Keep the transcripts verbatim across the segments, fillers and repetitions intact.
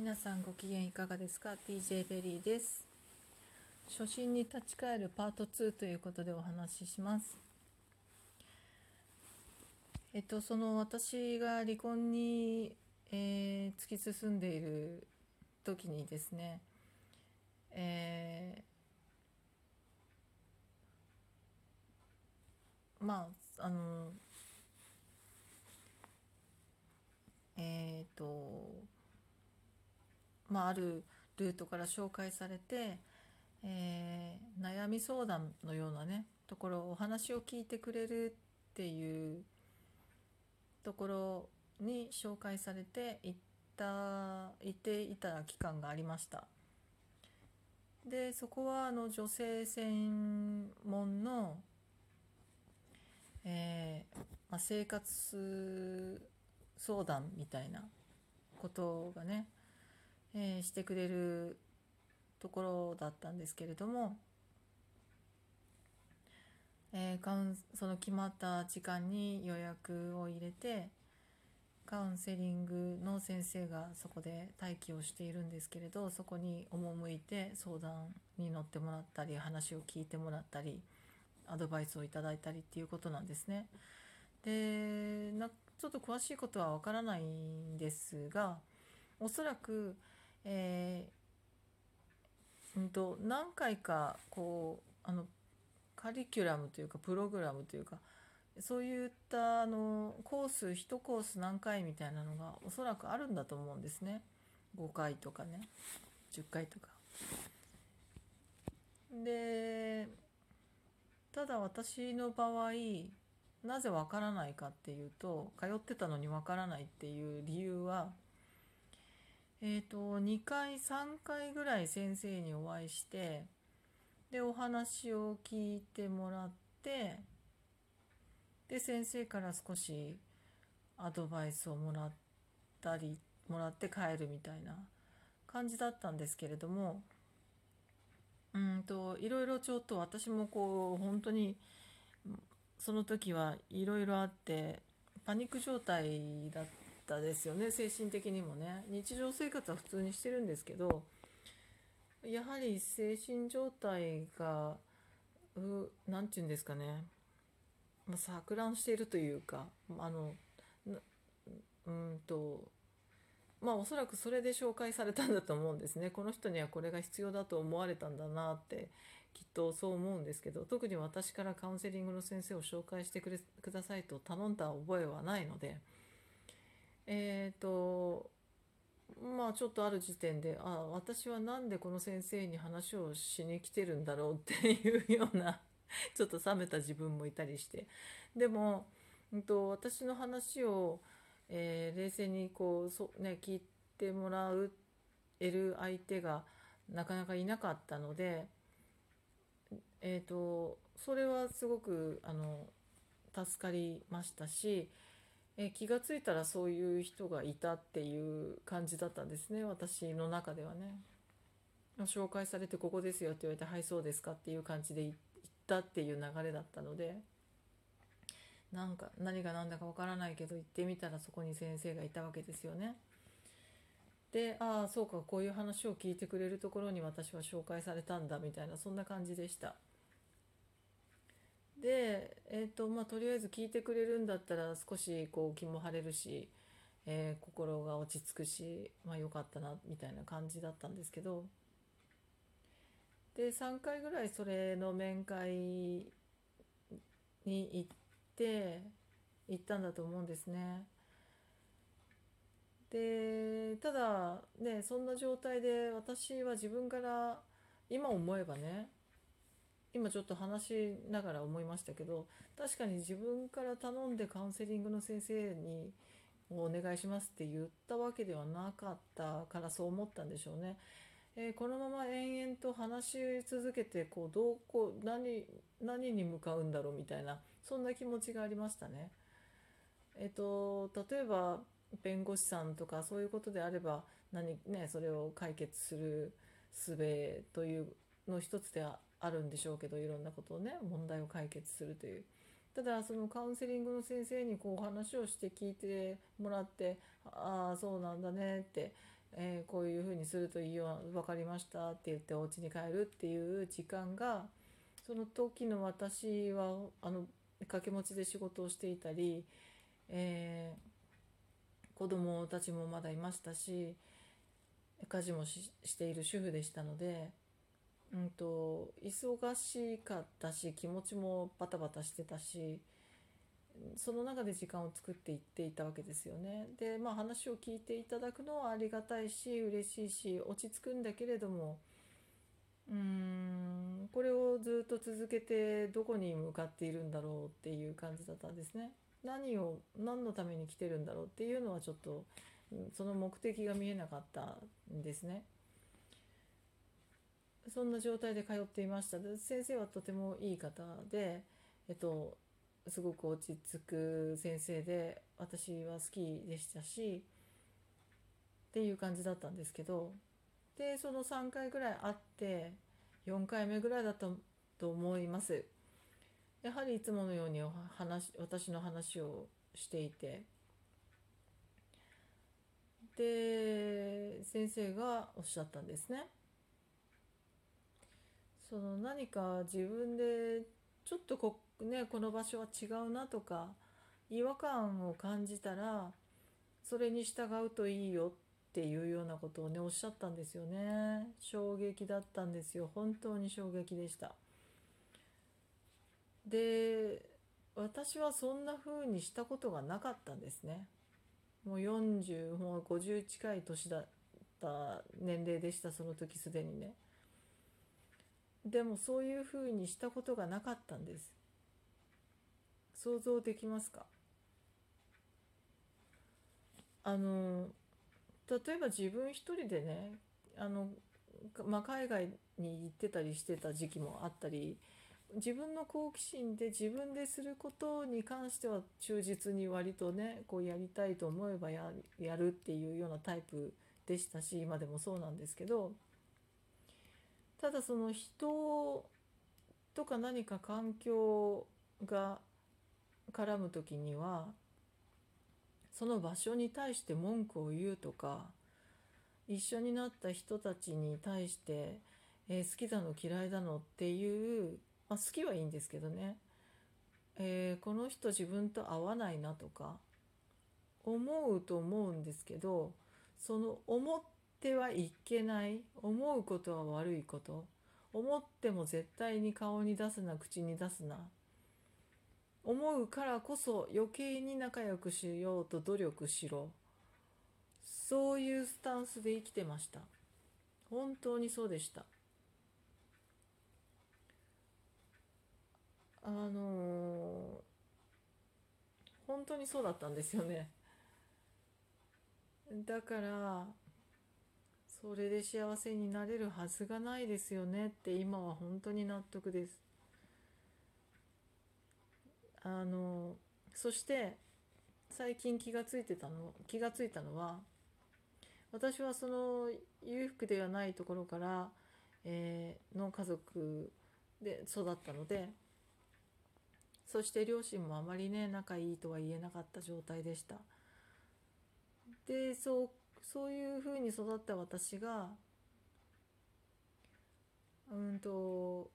皆さんご機嫌いかがですか？ ティージェー ベリーです。初心に立ち返るパートツーということでお話しします。えっとその私が離婚に、えー突き進んでいる時にですね、えーまああのえっとまああるルートから紹介されて、えー悩み相談のようなねところ、お話を聞いてくれるっていうところに紹介されて行った行っていた期間がありました。でそこはあの女性専門の、えーまあ、生活相談みたいなことがね、えーしてくれるところだったんですけれども、えーカウンその決まった時間に予約を入れて、カウンセリングの先生がそこで待機をしているんですけれど、そこに赴いて相談に乗ってもらったり、話を聞いてもらったり、アドバイスをいただいたりっていうことなんですね。でなちょっと詳しいことはわからないんですが、おそらく、えーうんと何回かこうあのカリキュラムというかプログラムというか、そういったあのコースいちコース何回みたいなのがおそらくあるんだと思うんですね。ごかいとかね、じゅっかいとかで、ただ私の場合なぜわからないかっていうと、通ってたのにわからないっていう理由は、えっとにかいさんかいぐらい先生にお会いして、でお話を聞いてもらって、で先生から少しアドバイスをもらったりもらって帰るみたいな感じだったんですけれども、うんといろいろちょっと私もこう本当にその時はいろいろあってパニック状態だったですよね。精神的にもね、日常生活は普通にしてるんですけど、やはり精神状態がうなんていうんですかね、まあ錯乱しているというか、あのうんとまあおそらくそれで紹介されたんだと思うんですね。この人にはこれが必要だと思われたんだなってきっとそう思うんですけど、特に私からカウンセリングの先生を紹介してくれくださいと頼んだ覚えはないので、えっとまあちょっとある時点で、あ私はなんでこの先生に話をしに来てるんだろうっていうようなちょっと冷めた自分もいたりして、でも、うんと、私の話を、えー冷静にこうそ、ね、聞いてもらえる相手がなかなかいなかったので、えーと、それはすごくあの助かりましたし、えー気がついたらそういう人がいたっていう感じだったんですね、私の中ではね。紹介されてここですよって言われて、はいそうですかっていう感じで行ったっていう流れだったので、なんか何が何だかわからないけど行ってみたらそこに先生がいたわけですよね。で、ああそうか、こういう話を聞いてくれるところに私は紹介されたんだみたいな、そんな感じでした。で、えっとまあとりあえず聞いてくれるんだったら少しこう気も晴れるし、えー心が落ち着くし、まあよかったなみたいな感じだったんですけど、でさんかいぐらいそれの面会に行って行ったんだと思うんですね。でただね、そんな状態で私は自分から、今思えばね、今ちょっと話しながら思いましたけど、確かに自分から頼んでカウンセリングの先生にお願いしますって言ったわけではなかったから、そう思ったんでしょうね。えーこのまま延々と話し続けてこうどうこう何何に向かうんだろうみたいな、そんな気持ちがありましたね。えっと例えば弁護士さんとかそういうことであれば、何ね、それを解決する術というの一つではあるんでしょうけど、いろんなことをね、問題を解決するという。ただそのカウンセリングの先生にこう話をして聞いてもらって、ああそうなんだねってえーこういうふうにするといいよ、分かりましたって言ってお家に帰るっていう時間が、その時の私はあの掛け持ちで仕事をしていたり、えー子供たちもまだいましたし、家事もし、している主婦でしたので、うんと忙しかったし、気持ちもバタバタしてたし、その中で時間を作っていっていたわけですよね。で、まあ話を聞いていただくのはありがたいし嬉しいし落ち着くんだけれども、うーんこれをずっと続けてどこに向かっているんだろうっていう感じだったんですね。何を何のために来てるんだろうっていうのはちょっと、その目的が見えなかったんですね。そんな状態で通っていました。で、先生はとてもいい方で、えっと、すごく落ち着く先生で、私は好きでしたし、っていう感じだったんですけど、で、そのさんかいぐらい会って、よんかいめぐらいだったと思います。やはりいつものようにお話、私の話をしていて、で、先生がおっしゃったんですね。その何か自分でちょっとこ、ね、この場所は違うなとか違和感を感じたらそれに従うといいよっていうようなことをねおっしゃったんですよね。衝撃だったんですよ。本当に衝撃でした。で、私はそんな風にしたことがなかったんですね。もうよんじゅう、もうごじゅう近い年だった年齢でした、その時すでにね。でもそういう風にしたことがなかったんです。想像できますか？あの例えば自分一人でね、あの、まあ、海外に行ってたりしてた時期もあったり、自分の好奇心で自分ですることに関しては忠実に割とねこうやりたいと思えばや、やるっていうようなタイプでしたし、今でもそうなんですけど、ただその人とか何か環境が絡む時にはその場所に対して文句を言うとか、一緒になった人たちに対して、えー好きだの嫌いだのっていう、まあ、好きはいいんですけどね、えーこの人自分と合わないなとか思うと思うんですけど、その思ってはいけない、思うことは悪いこと、思っても絶対に顔に出すな、口に出すな、思うからこそ余計に仲良くしようと努力しろ、そういうスタンスで生きてました。本当にそうでした。あのー本当にそうだったんですよね。だからそれで幸せになれるはずがないですよねって今は本当に納得です。あのそして最近気がついてたの気がついたのは、私はその裕福ではないところから、えーの家族で育ったので、そして両親もあまりね仲いいとは言えなかった状態でした。で、そうそういうふうに育った私が、うんと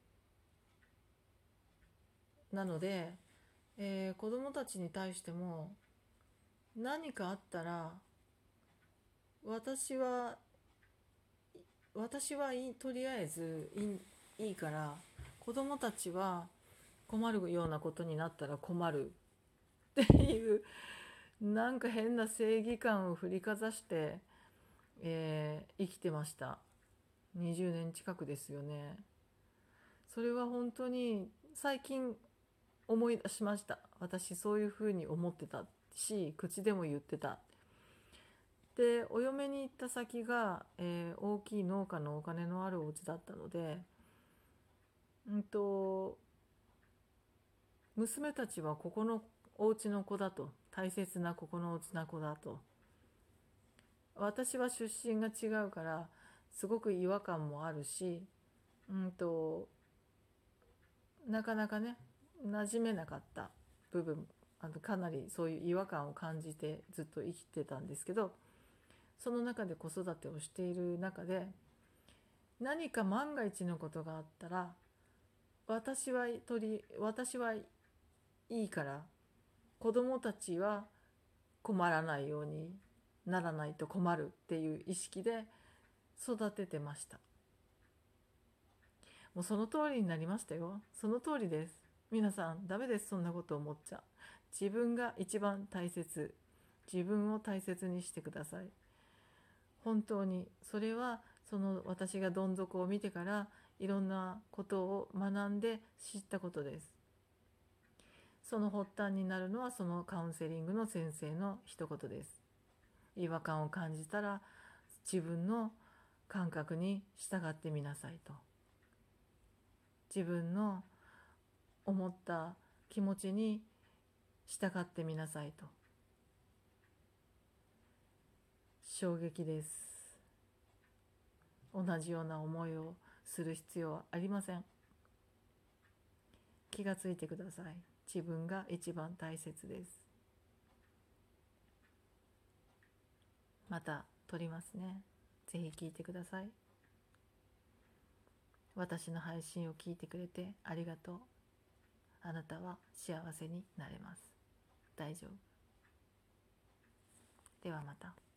なので、えー子供たちに対しても何かあったら、私は私はいいとりあえずいい、いいから子供たちは困るようなことになったら困るっていう、なんか変な正義感を振りかざして、えー生きてました。にじゅうねん近くですよね。それは本当に最近思い出しました。私そういうふうに思ってたし、口でも言ってた。で、お嫁に行った先が、えー大きい農家のお金のあるお家だったので、うんと娘たちはここのお家の子だと、大切なここのお家の子だと、私は出身が違うからすごく違和感もあるし、うんとなかなかね馴染めなかった部分、あのかなりそういう違和感を感じてずっと生きてたんですけど、 その中で子育てをしている中で、何か万が一のことがあったら、私は取り私はいいから子供たちは困らないようにならないと困るっていう意識で育ててました。もうその通りになりましたよ。その通りです。皆さんダメです、そんなこと思っちゃ。自分が一番大切。自分を大切にしてください。本当にそれは、その私がどん底を見てからいろんなことを学んで知ったことです。その発端になるのはそのカウンセリングの先生の一言です。違和感を感じたら自分の感覚に従ってみなさいと。自分の思った気持ちに従ってみなさいと。衝撃です。同じような思いをする必要はありません。気がついてください。自分が一番大切です。また撮りますね。ぜひ聞いてください。私の配信を聞いてくれてありがとう。あなたは幸せになれます。大丈夫。ではまた。